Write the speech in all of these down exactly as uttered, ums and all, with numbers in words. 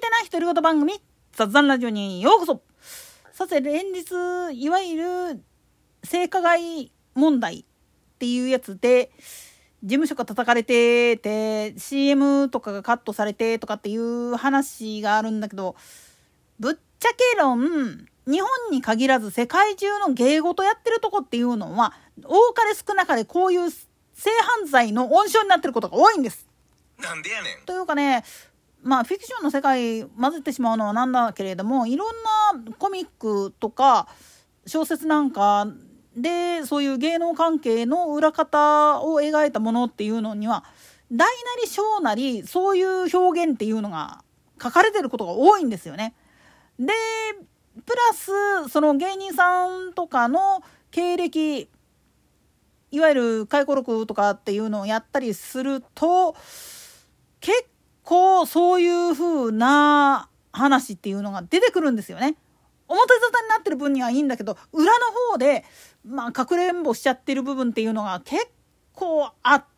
な独り言番組雑談ラジオにようこそ。さて連日いわゆる性加害問題っていうやつで事務所が叩かれてて シーエム とかがカットされてとかっていう話があるんだけど、ぶっちゃけ論日本に限らず世界中の芸事やってるとこっていうのは多かれ少なかれこういう性犯罪の温床になってることが多いんです。 なんでやねん。 というかね、まあフィクションの世界混ぜてしまうのはなんだけれども、いろんなコミックとか小説なんかでそういう芸能関係の裏方を描いたものっていうのには大なり小なりそういう表現っていうのが書かれてることが多いんですよね。でプラスその芸人さんとかの経歴、いわゆる回顧録とかっていうのをやったりすると結構そういう風な話っていうのが出てくるんですよね。表沙汰になってる分にはいいんだけど、裏の方でまあかくれんぼしちゃってる部分っていうのが結構あって、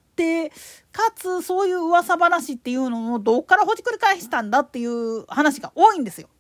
かつそういう噂話っていうのをどっからほじくり返したんだっていう話が多いんですよ。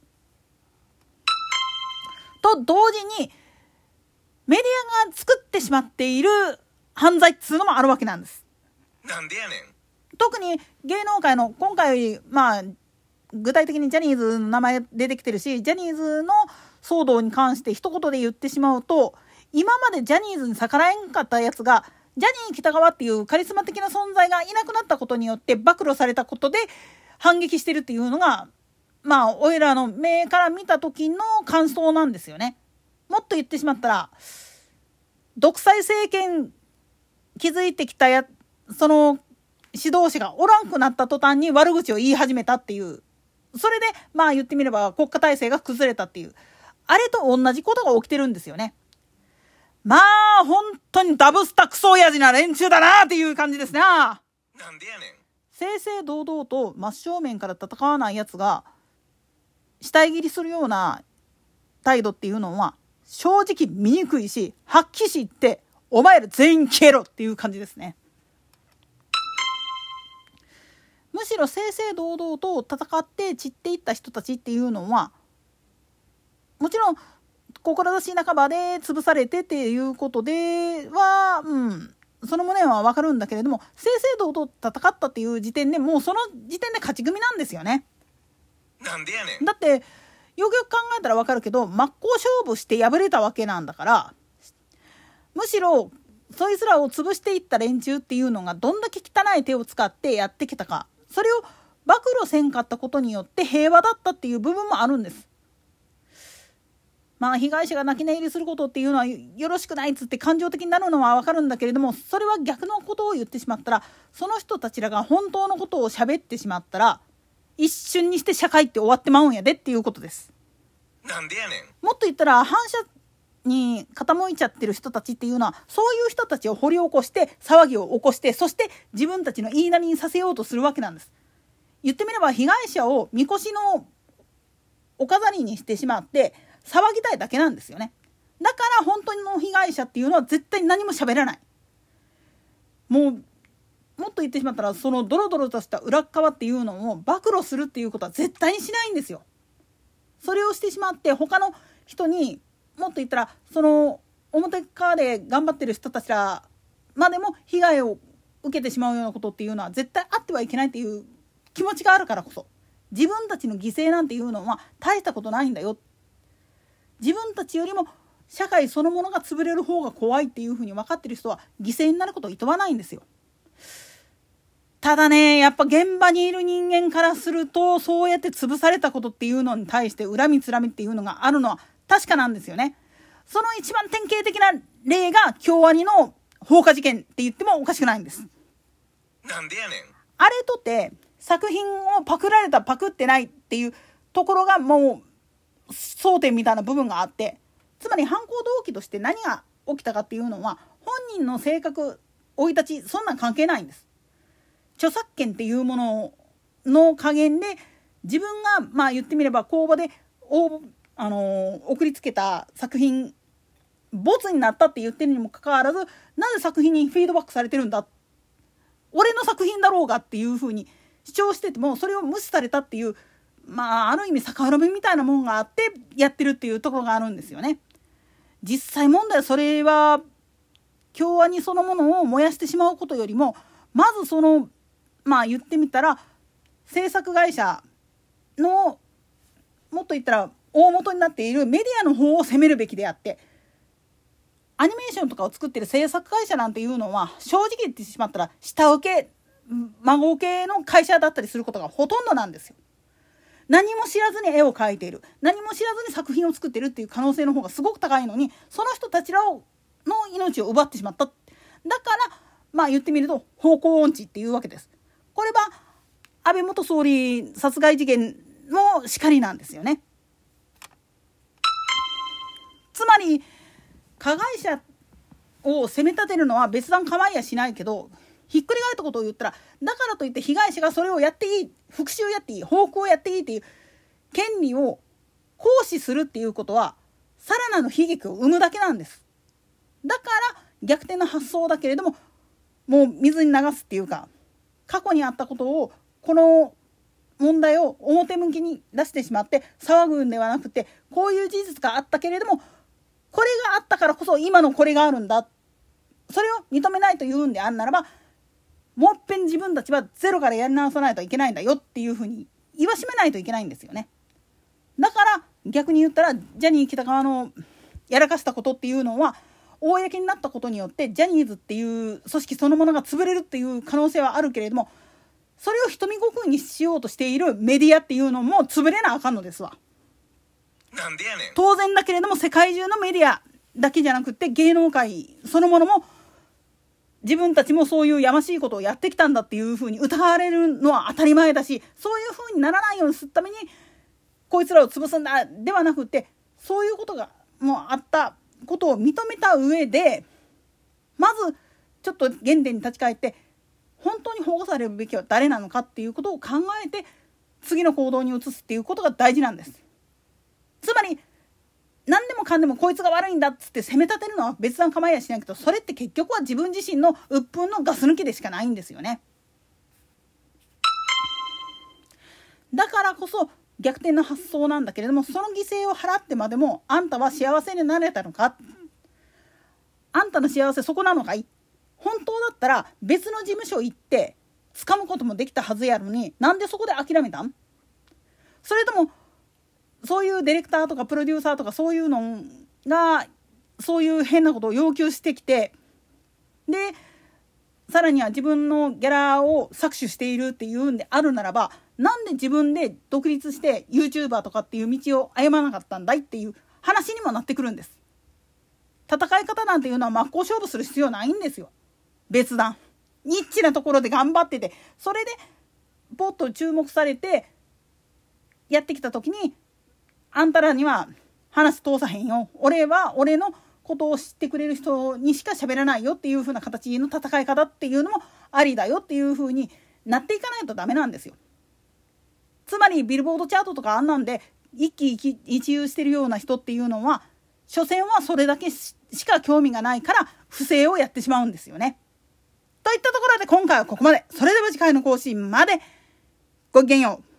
と同時にメディアが作ってしまっている犯罪っつうのもあるわけなんです。 なんでやねん。 特に芸能界の今回まあ具体的にジャニーズの名前出てきてるし、ジャニーズの騒動に関して一言で言ってしまうと、今までジャニーズに逆らえんかったやつがジャニー喜多川っていうカリスマ的な存在がいなくなったことによって暴露されたことで反撃してるっていうのがまあおいらの目から見た時の感想なんですよね。もっと言ってしまったら独裁政権築いてきたやその指導者がおらんくなった途端に悪口を言い始めたっていう、それでまあ言ってみれば国家体制が崩れたっていう、あれと同じことが起きてるんですよね。まあ本当にダブスタクソ親父な連中だなっていう感じですな。 なんでやねん。 正々堂々と真正面から戦わないやつが死体切りするような態度っていうのは正直醜いし、はっきし言ってお前ら全員消えろっていう感じですね。むしろ正々堂々と戦って散っていった人たちっていうのはもちろん志半ばで潰されてっていうことでは、うん、その旨はわかるんだけれども、正々堂々と戦ったっていう時点でもうその時点で勝ち組なんですよね。 なんでやねん。 だってよくよく考えたらわかるけど、真っ向勝負して敗れたわけなんだから、むしろそいつらを潰していった連中っていうのがどんだけ汚い手を使ってやってきたか、それを暴露せんかったことによって平和だったっていう部分もあるんです。まあ被害者が泣き寝入りすることっていうのはよろしくないっつって感情的になるのはわかるんだけれども、それは逆のことを言ってしまったら、その人たちらが本当のことを喋ってしまったら一瞬にして社会って終わってまうんやでっていうことです。 なんでやねん。 もっと言ったら反社に傾いちゃってる人たちっていうのはそういう人たちを掘り起こして騒ぎを起こして、そして自分たちの言いなりにさせようとするわけなんです。言ってみれば被害者をみこしのお飾りにしてしまって騒ぎたいだけなんですよね。だから本当の被害者っていうのは絶対何も喋らない。もうもっと言ってしまったらそのドロドロとした裏側っていうのを暴露するっていうことは絶対にしないんですよ。それをしてしまって他の人にもっと言ったらその表側で頑張ってる人たちらまでも被害を受けてしまうようなことっていうのは絶対あってはいけないっていう気持ちがあるからこそ、自分たちの犠牲なんていうのは大したことないんだよ、自分たちよりも社会そのものが潰れる方が怖いっていうふうに分かってる人は犠牲になることを厭わないんですよ。ただね、やっぱ現場にいる人間からするとそうやって潰されたことっていうのに対して恨みつらみっていうのがあるのは確かなんですよね。その一番典型的な例が京アニの放火事件って言ってもおかしくないんです。 なんでやねん。 あれとて作品をパクられたパクってないっていうところがもう争点みたいな部分があって、つまり犯行動機として何が起きたかっていうのは本人の性格生い立ちそんなん関係ないんです。著作権っていうものの加減で自分がまあ言ってみれば公募で応募あのー、送りつけた作品ボツになったって言ってるにもかかわらず、なぜ作品にフィードバックされてるんだ、俺の作品だろうがっていう風に主張しててもそれを無視されたっていうまあある意味逆恨みみたいなもんがあってやってるっていうところがあるんですよね。実際問題それは京アニそのものを燃やしてしまうことよりも、まずそのまあ言ってみたら制作会社のもっと言ったら大元になっているメディアの方を責めるべきであって、アニメーションとかを作ってる制作会社なんていうのは正直言ってしまったら下請け孫請けの会社だったりすることがほとんどなんですよ。何も知らずに絵を描いている、何も知らずに作品を作っているっていう可能性の方がすごく高いのに、その人たちらをの命を奪ってしまった。だからまあ言ってみると方向音痴っていうわけです。これは安倍元総理殺害事件もしかりなんですよね。つまり加害者を責め立てるのは別段構いやしないけど、ひっくり返ったことを言ったら、だからといって被害者がそれをやっていい、復讐をやっていい、報復をやっていいっていう権利を行使するっていうことはさらなる悲劇を生むだけなんです。だから逆転の発想だけれども、もう水に流すっていうか、過去にあったことを、この問題を表向きに出してしまって騒ぐんではなくて、こういう事実があったけれども、これがあったからこそ今のこれがあるんだ、それを認めないというんであんならば、もっぺん自分たちはゼロからやり直さないといけないんだよっていうふうに言わしめないといけないんですよね。だから逆に言ったら、ジャニー喜多川のやらかしたことっていうのは公になったことによってジャニーズっていう組織そのものが潰れるっていう可能性はあるけれども、それを瞳ごくにしようとしているメディアっていうのも潰れなあかんのですわ。 なんでやねん。 当然だけれども世界中のメディアだけじゃなくって芸能界そのものも自分たちもそういうやましいことをやってきたんだっていうふうに疑われるのは当たり前だし、そういうふうにならないようにするためにこいつらを潰すんだではなくって、そういうことがもうあったことを認めた上で、まずちょっと原点に立ち返って本当に保護されるべきは誰なのかっていうことを考えて次の行動に移すっていうことが大事なんです。つまり何でもかんでもこいつが悪いんだっつって責め立てるのは別段構いやしないけど、それって結局は自分自身の鬱憤のガス抜きでしかないんですよね。だからこそ逆転の発想なんだけれども、その犠牲を払ってまでもあんたは幸せになれたのか、あんたの幸せそこなのかい、本当だったら別の事務所行って掴むこともできたはずやのに、なんでそこで諦めたん。それともそういうディレクターとかプロデューサーとかそういうのがそういう変なことを要求してきて、でさらには自分のギャラを搾取しているっていうんであるならば、なんで自分で独立して YouTuber とかっていう道を歩まなかったんだいっていう話にもなってくるんです。戦い方なんていうのは真っ向勝負する必要ないんですよ。別段ニッチなところで頑張ってて、それでポッと注目されてやってきた時に、あんたらには話通さへんよ、俺は俺のことを知ってくれる人にしか喋らないよっていう風な形の戦い方っていうのもありだよっていう風になっていかないとダメなんですよ。つまりビルボードチャートとかあんなんで一喜一憂してるような人っていうのは、所詮はそれだけしか興味がないから不正をやってしまうんですよね。といったところで今回はここまで。それでは次回の更新まで。ごきげんよう。